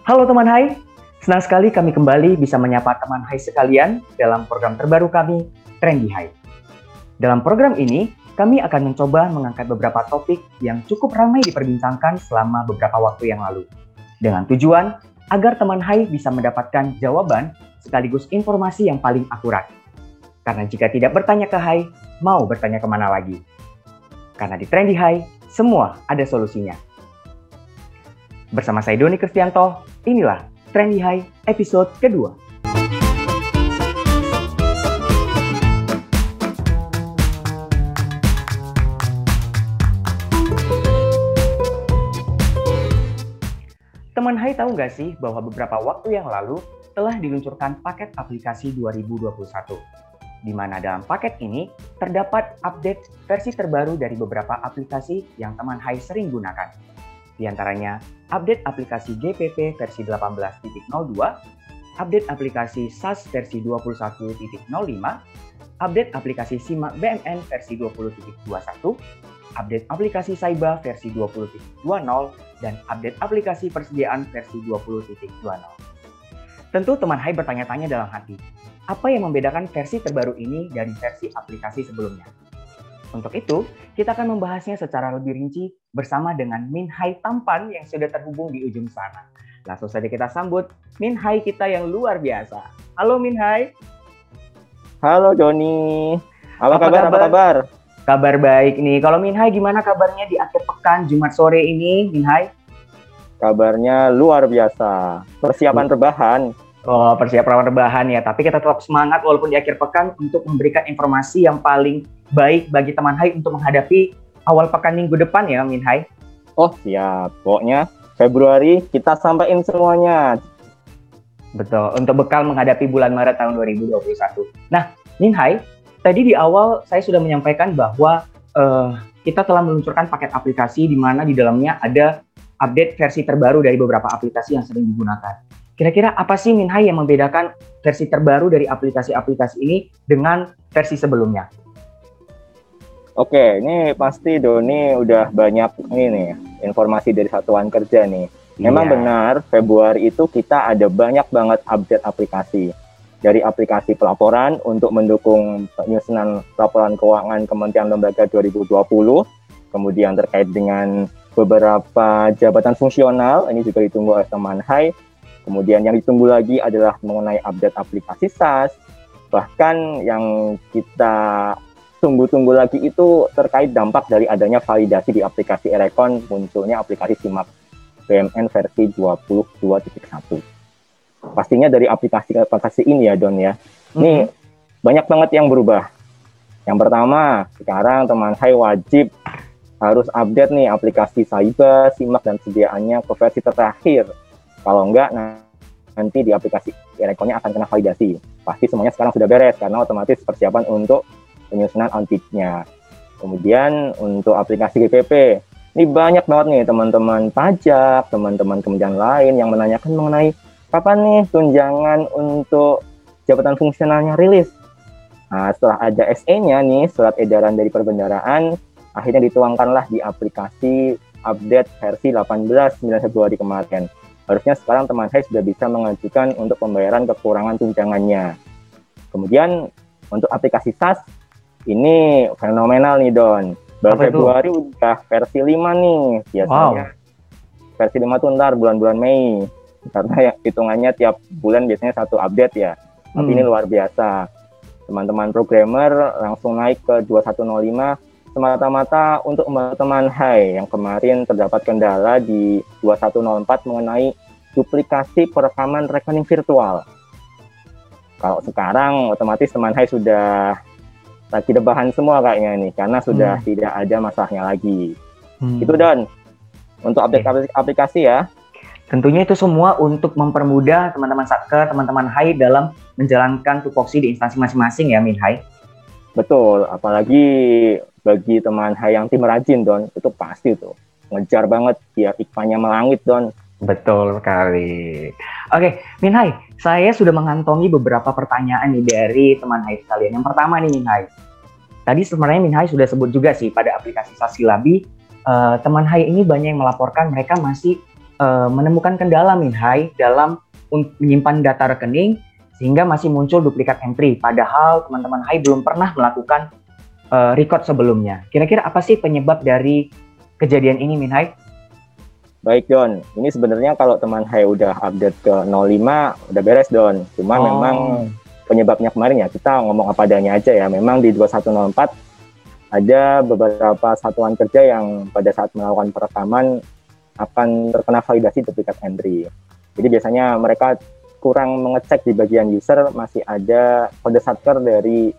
Halo teman Hai, senang sekali kami kembali bisa menyapa teman Hai sekalian dalam program terbaru kami, Trendy Hai. Dalam program ini, kami akan mencoba mengangkat beberapa topik yang cukup ramai diperbincangkan selama beberapa waktu yang lalu. Dengan tujuan agar teman Hai bisa mendapatkan jawaban sekaligus informasi yang paling akurat. Karena jika tidak bertanya ke Hai, mau bertanya kemana lagi? Karena di Trendy Hai, semua ada solusinya. Bersama saya Doni Kristianto, inilah Trendy Hai episode kedua. Teman Hai tahu nggak sih bahwa beberapa waktu yang lalu telah diluncurkan paket aplikasi 2021, di mana dalam paket ini terdapat update versi terbaru dari beberapa aplikasi yang teman Hai sering gunakan. Di antaranya, update aplikasi GPP versi 18.02, update aplikasi SAS versi 21.05, update aplikasi Simak BMN versi 20.21, update aplikasi Saiba versi 20.20, dan update aplikasi persediaan versi 20.20. Tentu teman Hai bertanya-tanya dalam hati, apa yang membedakan versi terbaru ini dari versi aplikasi sebelumnya? Untuk itu, kita akan membahasnya secara lebih rinci bersama dengan Min Hai Tampan yang sudah terhubung di ujung sana. Langsung saja kita sambut Min Hai kita yang luar biasa. Halo Min Hai. Halo Doni. Apa kabar? Kabar baik nih. Kalau Min Hai gimana kabarnya di akhir pekan Jumat sore ini, Min Hai? Kabarnya luar biasa. Persiapan rebahan. Oh, persiapan rebahan ya. Tapi kita tetap semangat walaupun di akhir pekan untuk memberikan informasi yang paling baik bagi teman Hai untuk menghadapi awal pekan minggu depan ya, Min Hai. Oh siap, pokoknya Februari kita sampaikan semuanya. Betul, untuk bekal menghadapi bulan Maret tahun 2021. Nah, Min Hai, tadi di awal saya sudah menyampaikan bahwa kita telah meluncurkan paket aplikasi di mana di dalamnya ada update versi terbaru dari beberapa aplikasi yang sering digunakan. Kira-kira apa sih Min Hai yang membedakan versi terbaru dari aplikasi-aplikasi ini dengan versi sebelumnya? Oke, ini pasti Doni udah banyak nih informasi dari satuan kerja nih. Memang benar, Februari itu kita ada banyak banget update aplikasi. Dari aplikasi pelaporan untuk mendukung penyusunan laporan keuangan Kementerian Lembaga 2020, kemudian terkait dengan beberapa jabatan fungsional, ini juga ditunggu oleh teman Hai. Kemudian yang ditunggu lagi adalah mengenai update aplikasi SAS. Bahkan yang kita tunggu-tunggu lagi itu terkait dampak dari adanya validasi di aplikasi Erekon, munculnya aplikasi Simak BMN versi 22.1. Pastinya dari aplikasi ini ya Don ya. Ini banyak banget yang berubah. Yang pertama, sekarang teman Hai wajib harus update nih aplikasi Saiba, Simak dan sediaannya ke versi terakhir. Kalau enggak, nanti di aplikasi Erekonnya akan kena validasi. Pasti semuanya sekarang sudah beres karena otomatis persiapan untuk penyusunan auditnya. Kemudian untuk aplikasi GPP, ini banyak banget nih teman-teman pajak, teman-teman kementerian lain yang menanyakan mengenai kapan nih tunjangan untuk jabatan fungsionalnya rilis. Nah, setelah ada SE-nya nih, surat edaran dari perbendaharaan, akhirnya dituangkanlah di aplikasi update versi 18 9 Februari kemarin. Harusnya sekarang teman Hai sudah bisa mengajukan untuk pembayaran kekurangan tunjangannya. Kemudian untuk aplikasi SAS, ini fenomenal nih Don. Baru Februari udah versi 5 nih. Biasanya versi 5 tuh ntar bulan-bulan Mei. Karena ya, hitungannya tiap bulan biasanya satu update ya. Tapi ini luar biasa. Teman-teman programmer langsung naik ke 2105 semata-mata untuk teman Hai yang kemarin terdapat kendala di 2104 mengenai duplikasi perekaman rekening virtual. Kalau sekarang otomatis teman Hai sudah lagi rebahan semua kayaknya nih, karena sudah tidak ada masalahnya lagi. Itu Don, untuk update aplikasi ya. Tentunya itu semua untuk mempermudah teman-teman Satker, teman-teman Hai dalam menjalankan tupoksi di instansi masing-masing ya Min Hai. Betul, apalagi bagi teman Hai yang tim rajin Don, itu pasti tuh ngejar banget biar iklannya melangit Don. Betul sekali. Oke, Min Hai, saya sudah mengantongi beberapa pertanyaan nih dari teman Hai sekalian. Yang pertama nih Min Hai, tadi sebenarnya Min Hai sudah sebut juga sih pada aplikasi Sasilabi, teman Hai ini banyak yang melaporkan mereka masih menemukan kendala Minhai dalam menyimpan data rekening sehingga masih muncul duplikat entry. Padahal teman-teman Hai belum pernah melakukan record sebelumnya. Kira-kira apa sih penyebab dari kejadian ini Minhai? Baik Don, ini sebenarnya kalau teman Hai udah update ke 05 udah beres Don. Cuma memang penyebabnya kemarin ya kita ngomong apa adanya aja ya. Memang di 2104 ada beberapa satuan kerja yang pada saat melakukan perekaman akan terkena validasi duplikat entry. Jadi biasanya mereka kurang mengecek di bagian user masih ada kode satker dari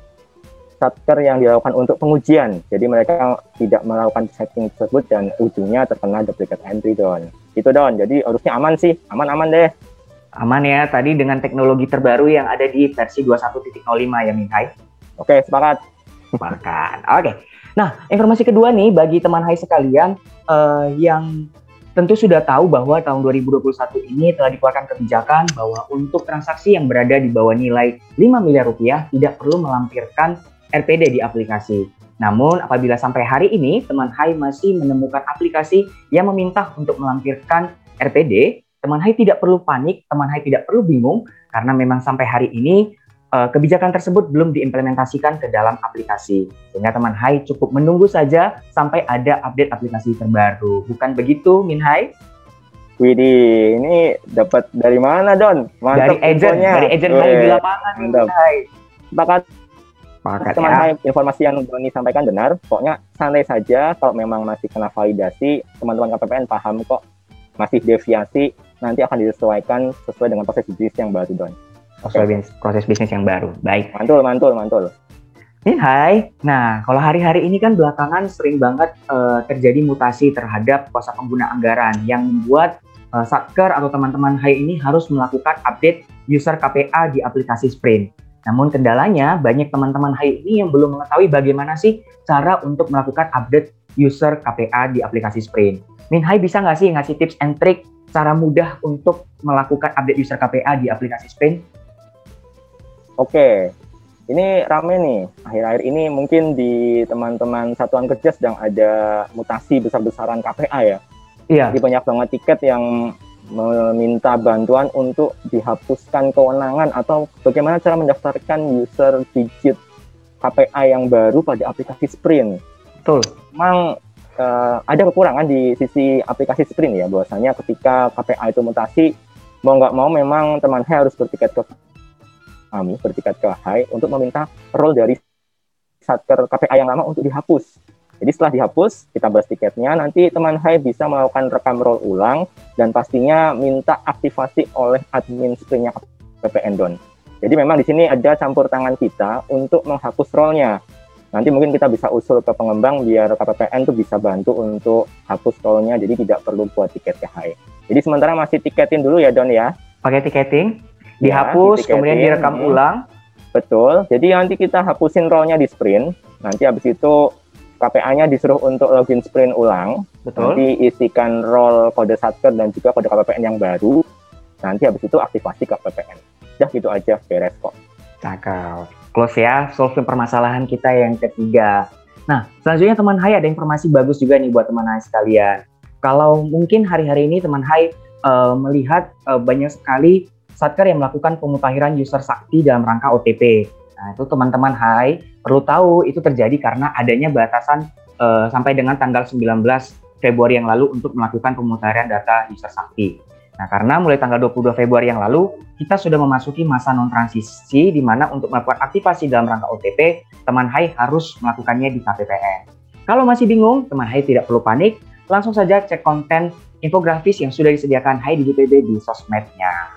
satker yang dilakukan untuk pengujian. Jadi mereka tidak melakukan setting tersebut dan ujungnya terkena duplikat entry Don. Itu Don. Jadi harusnya aman sih. Aman deh. Aman ya tadi dengan teknologi terbaru yang ada di versi 21.05 ya Minhai. Oke, sepakat. Sepakat. Oke. Nah, informasi kedua nih bagi teman Hai sekalian yang tentu sudah tahu bahwa tahun 2021 ini telah dikeluarkan kebijakan bahwa untuk transaksi yang berada di bawah nilai 5 miliar rupiah tidak perlu melampirkan RPD di aplikasi. Namun apabila sampai hari ini teman Hai masih menemukan aplikasi yang meminta untuk melampirkan RPD, teman Hai tidak perlu panik, teman Hai tidak perlu bingung karena memang sampai hari ini kebijakan tersebut belum diimplementasikan ke dalam aplikasi. Sehingga teman Hai cukup menunggu saja sampai ada update aplikasi terbaru. Bukan begitu, Min Hai? Widih, ini dapat dari mana Don? Mantap dari agent Hai di lapangan, Min Hai. Sepakat teman Hai, informasi yang Doni sampaikan benar. Pokoknya santai saja, kalau memang masih kena validasi, teman-teman KPPN paham kok. Masih deviasi, nanti akan disesuaikan sesuai dengan proses bisnis yang baru Don. Proses bisnis yang baru, baik. Mantul. Min Hai, nah kalau hari-hari ini kan belakangan sering banget terjadi mutasi terhadap kuasa pengguna anggaran yang membuat satker atau teman-teman Hai ini harus melakukan update user KPA di aplikasi Sprint. Namun kendalanya banyak teman-teman Hai ini yang belum mengetahui bagaimana sih cara untuk melakukan update user KPA di aplikasi Sprint. Min Hai bisa nggak sih ngasih tips and trick cara mudah untuk melakukan update user KPA di aplikasi Sprint? Oke, ini rame nih. Akhir-akhir ini mungkin di teman-teman satuan kerja sedang ada mutasi besar-besaran KPA ya. Iya. Jadi banyak banget tiket yang meminta bantuan untuk dihapuskan kewenangan atau bagaimana cara mendaftarkan user digit KPA yang baru pada aplikasi Sprint. Betul. Memang ada kekurangan di sisi aplikasi Sprint ya, bahwasanya ketika KPA itu mutasi, mau nggak mau memang teman Hai harus bertiket ke Hai untuk meminta role dari satker KPA yang lama untuk dihapus. Jadi setelah dihapus, kita balas tiketnya, nanti teman Hai bisa melakukan rekam roll ulang dan pastinya minta aktivasi oleh admin Sprint-nya KPPN Don. Jadi memang di sini ada campur tangan kita untuk menghapus roll-nya. Nanti mungkin kita bisa usul ke pengembang biar KPPN tuh bisa bantu untuk hapus roll-nya, jadi tidak perlu buat tiket ke Hai. Jadi sementara masih tiketin dulu ya Don ya. Pakai tiketing, dihapus, ya, kemudian direkam ulang. Betul, jadi nanti kita hapusin roll-nya di Sprint, nanti habis itu KPA-nya disuruh untuk login Sprint ulang. Betul. Nanti isikan role kode satker dan juga kode KPPN yang baru. Nanti habis itu aktivasi KPPN. Udah gitu aja, beres kok. Cakep. Close ya, solve permasalahan kita yang ketiga. Nah, selanjutnya teman Hai ada informasi bagus juga nih buat teman Hai sekalian. Kalau mungkin hari-hari ini teman Hai melihat banyak sekali satker yang melakukan pemutahiran user sakti dalam rangka OTP. Nah, itu teman-teman Hai perlu tahu itu terjadi karena adanya batasan sampai dengan tanggal 19 Februari yang lalu untuk melakukan pemutahiran data user sakti. Nah, karena mulai tanggal 22 Februari yang lalu, kita sudah memasuki masa non-transisi di mana untuk melakukan aktivasi dalam rangka OTP, teman Hai harus melakukannya di KPPN. Kalau masih bingung, teman Hai tidak perlu panik, langsung saja cek konten infografis yang sudah disediakan Hai di JPB di sosmednya.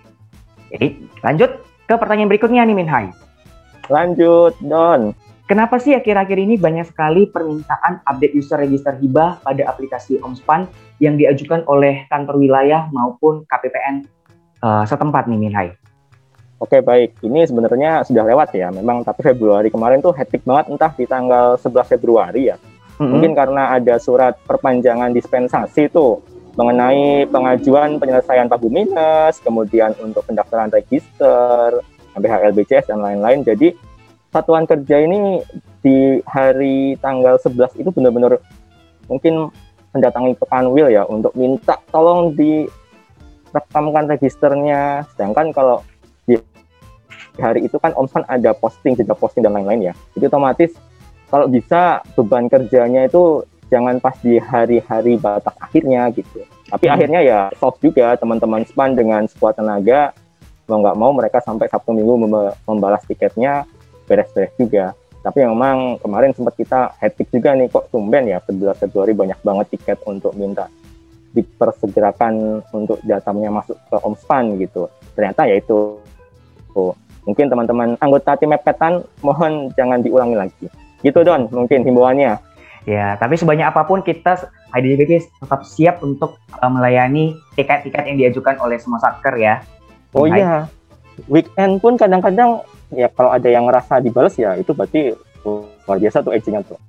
Jadi, lanjut ke pertanyaan berikutnya nih Min Hai. Lanjut, Don. Kenapa sih akhir-akhir ini banyak sekali permintaan update user register hibah pada aplikasi Omspan yang diajukan oleh kantor wilayah maupun KPPN setempat nih Min Hai? Oke, baik. Ini sebenarnya sudah lewat ya. Memang tapi Februari kemarin tuh hektik banget entah di tanggal 11 Februari ya. Mungkin karena ada surat perpanjangan dispensasi tuh mengenai pengajuan penyelesaian pagu minus, kemudian untuk pendaftaran register, BHLBCS dan lain-lain. Jadi satuan kerja ini di hari tanggal 11 itu benar-benar mungkin mendatangi Pekanwil ya untuk minta tolong direkamkan registernya. Sedangkan kalau di hari itu kan Omspan ada posting, jejak posting dan lain-lain ya. Jadi otomatis kalau bisa beban kerjanya itu jangan pas di hari-hari batas akhirnya gitu. Tapi akhirnya ya solve juga teman-teman SPAN dengan sekuat tenaga, mau nggak mau mereka sampai Sabtu Minggu membalas tiketnya, beres-beres juga. Tapi memang kemarin sempat kita hectic juga nih, kok tumben ya 11 Februari banyak banget tiket untuk minta dipersegerakan untuk datanya masuk ke Omspan gitu. Ternyata ya itu. Mungkin teman-teman anggota tim Mepketan mohon jangan diulangi lagi. Gitu Don, mungkin himbauannya. Ya, tapi sebanyak apapun kita IDJPP tetap siap untuk melayani tiket-tiket yang diajukan oleh semua satker ya. Oh iya, weekend pun kadang-kadang ya kalau ada yang ngerasa dibales ya itu berarti luar biasa tuh edging-nya tuh.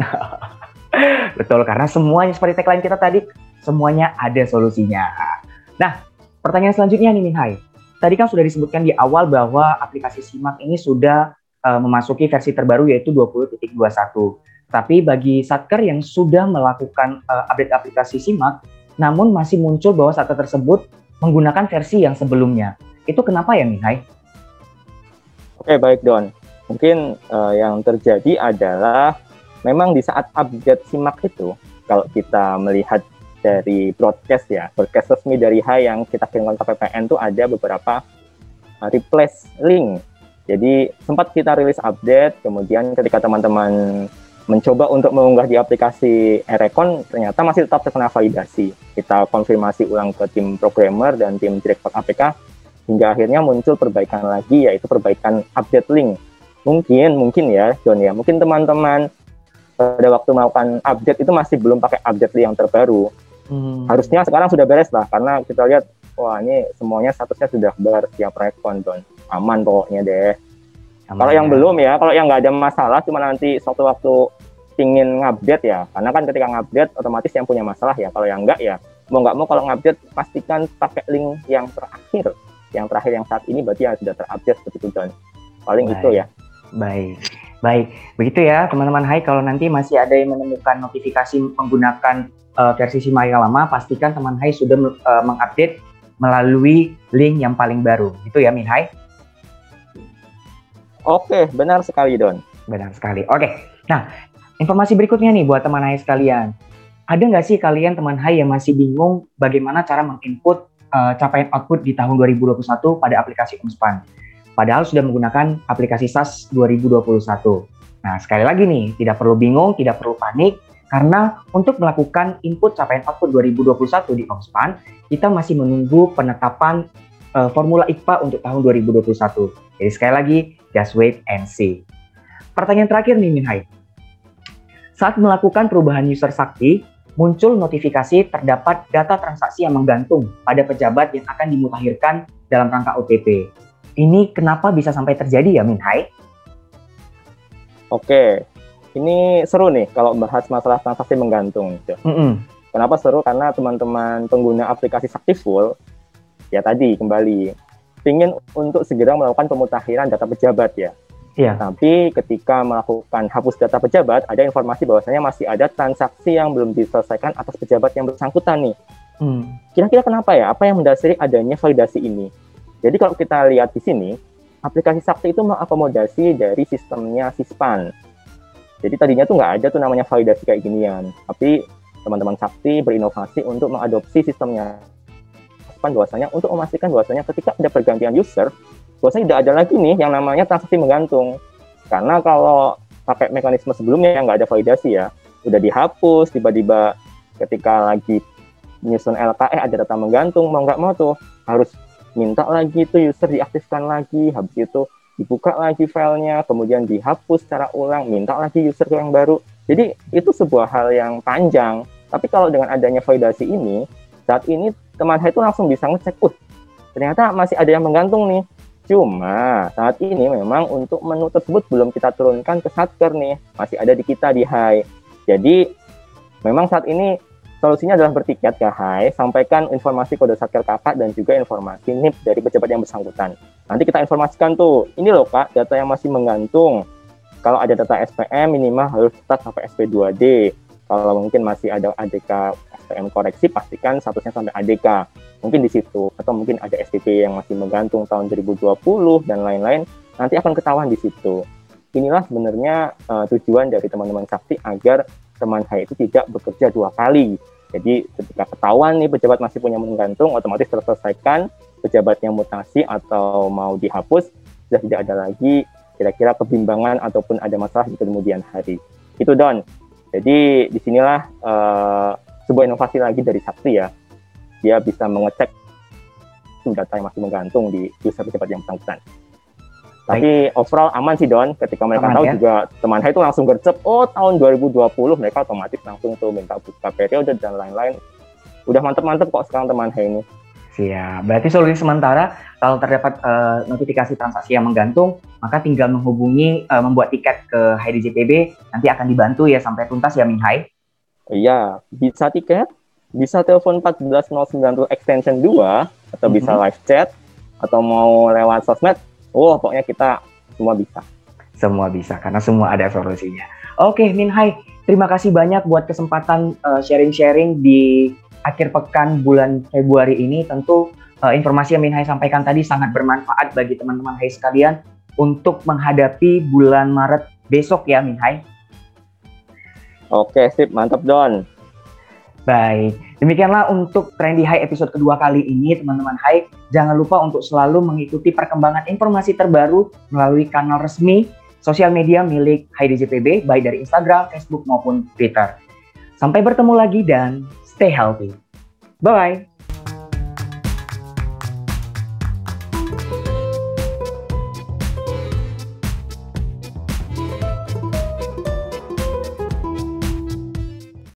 Betul, karena semuanya seperti tagline kita tadi, semuanya ada solusinya. Nah, pertanyaan selanjutnya nih Minhai. Tadi kan sudah disebutkan di awal bahwa aplikasi SIMAK ini sudah memasuki versi terbaru yaitu 20.21. Tapi bagi satker yang sudah melakukan update aplikasi SIMAK, namun masih muncul bahwa satker tersebut menggunakan versi yang sebelumnya. Itu kenapa ya Minhai? Oke, baik Don. Mungkin yang terjadi adalah memang di saat update SIMAK itu, kalau kita melihat dari broadcast resmi dari HAI yang kita kirimkan ke PPN itu ada beberapa replace link. Jadi sempat kita rilis update, kemudian ketika teman-teman mencoba untuk mengunggah di aplikasi Erecon, ternyata masih tetap terkena validasi. Kita konfirmasi ulang ke tim programmer dan tim direktur APK, hingga akhirnya muncul perbaikan lagi, yaitu perbaikan update link. Mungkin ya, John ya, mungkin teman-teman pada waktu melakukan update itu masih belum pakai update link yang terbaru. Harusnya sekarang sudah beres lah, karena kita lihat, wah ini semuanya statusnya sudah bersiap respon, Don. Aman pokoknya deh. Kalau yang belum ya, kalau yang nggak ada masalah, cuma nanti suatu waktu ingin ngupdate ya, karena kan ketika ngupdate otomatis yang punya masalah ya. Kalau yang enggak ya, mau nggak mau kalau ngupdate pastikan pakai link yang terakhir. Yang terakhir yang saat ini berarti yang sudah terupdate seperti itu, Don. Paling itu ya. Baik. Begitu ya teman-teman HAI, kalau nanti masih ada yang menemukan notifikasi menggunakan versi SIMAK yang lama, pastikan teman HAI sudah mengupdate melalui link yang paling baru. Gitu ya Min HAI? Oke, benar sekali Don. Benar sekali. Oke, nah informasi berikutnya nih buat teman HAI sekalian. Ada nggak sih kalian teman HAI yang masih bingung bagaimana cara menginput capaian output di tahun 2021 pada aplikasi Omspan? Padahal sudah menggunakan aplikasi SAS 2021. Nah, sekali lagi nih, tidak perlu bingung, tidak perlu panik, karena untuk melakukan input capaian output 2021 di Omspan, kita masih menunggu penetapan formula IKPA untuk tahun 2021. Jadi sekali lagi, just wait and see. Pertanyaan terakhir nih, Minhai. Saat melakukan perubahan user sakti, muncul notifikasi terdapat data transaksi yang menggantung pada pejabat yang akan dimutakhirkan dalam rangka OTP. Ini kenapa bisa sampai terjadi ya, Minhai? Oke, ini seru nih kalau bahas masalah transaksi menggantung. Kenapa seru? Karena teman-teman pengguna aplikasi Saktiful, ya tadi kembali, ingin untuk segera melakukan pemutakhiran data pejabat ya. Iya. Tapi ketika melakukan hapus data pejabat, ada informasi bahwasanya masih ada transaksi yang belum diselesaikan atas pejabat yang bersangkutan nih. Kira-kira kenapa ya? Apa yang mendasari adanya validasi ini? Jadi kalau kita lihat di sini, aplikasi Sakti itu mengakomodasi dari sistemnya Sispan. Jadi tadinya tuh nggak ada tuh namanya validasi kayak ginian. Tapi teman-teman Sakti berinovasi untuk mengadopsi sistemnya Sispan bahwasanya untuk memastikan bahwasanya ketika ada pergantian user, bahwasanya tidak ada lagi nih yang namanya transaksi menggantung. Karena kalau pakai mekanisme sebelumnya yang nggak ada validasi ya, udah dihapus, tiba-tiba ketika lagi nyusun LKE ada data menggantung, mau nggak mau tuh harus minta lagi tuh user diaktifkan lagi, habis itu dibuka lagi filenya, kemudian dihapus secara ulang, minta lagi user yang baru. Jadi itu sebuah hal yang panjang. Tapi kalau dengan adanya validasi ini, saat ini teman saya itu langsung bisa ngecek, ternyata masih ada yang menggantung nih. Cuma saat ini memang untuk menu tersebut belum kita turunkan ke Satker nih, masih ada di kita di HAI. Jadi memang saat ini solusinya adalah bertiket ke HAI, sampaikan informasi kode Satker kakak dan juga informasi NIP dari pejabat yang bersangkutan. Nanti kita informasikan tuh, ini loh Kak, data yang masih menggantung. Kalau ada data SPM minimal harus start sampai SP2D. Kalau mungkin masih ada ADK STM koreksi, pastikan statusnya sampai ADK. Mungkin di situ. Atau mungkin ada SPP yang masih menggantung tahun 2020 dan lain-lain. Nanti akan ketahuan di situ. Inilah sebenarnya tujuan dari teman-teman Sakti agar teman saya itu tidak bekerja 2 kali. Jadi ketika ketahuan nih pejabat masih punya menggantung, otomatis terselesaikan, pejabatnya mutasi atau mau dihapus, sudah tidak ada lagi kira-kira kebimbangan ataupun ada masalah di kemudian hari. Itu Don. Jadi disinilah sebuah inovasi lagi dari Sakti ya. Dia bisa mengecek data yang masih menggantung di user pejabat yang bersangkutan. Tapi overall aman sih Don, ketika mereka tahu juga teman saya itu langsung gercep, oh tahun 2020 mereka otomatis langsung tuh minta buka periode dan lain-lain. Udah mantep-mantep kok sekarang teman saya ini. Siap, berarti solusi sementara kalau terdapat notifikasi transaksi yang menggantung, maka tinggal menghubungi, membuat tiket ke HDJPB, nanti akan dibantu ya sampai tuntas ya Min Hai? Iya, bisa tiket, bisa telepon 14090 extension 2, atau bisa live chat, atau mau lewat sosmed. Oh, pokoknya kita semua bisa. Semua bisa, karena semua ada solusinya. Oke, Min Hai, terima kasih banyak buat kesempatan sharing-sharing di akhir pekan bulan Februari ini. Tentu informasi yang Min Hai sampaikan tadi sangat bermanfaat bagi teman-teman Hai sekalian untuk menghadapi bulan Maret besok ya, Min Hai. Oke, sip, mantap Don. Baik, demikianlah untuk Trendy Hai episode kedua kali ini teman-teman Hai. Jangan lupa untuk selalu mengikuti perkembangan informasi terbaru melalui kanal resmi sosial media milik HDJPB, baik dari Instagram, Facebook maupun Twitter. Sampai bertemu lagi dan stay healthy. Bye-bye.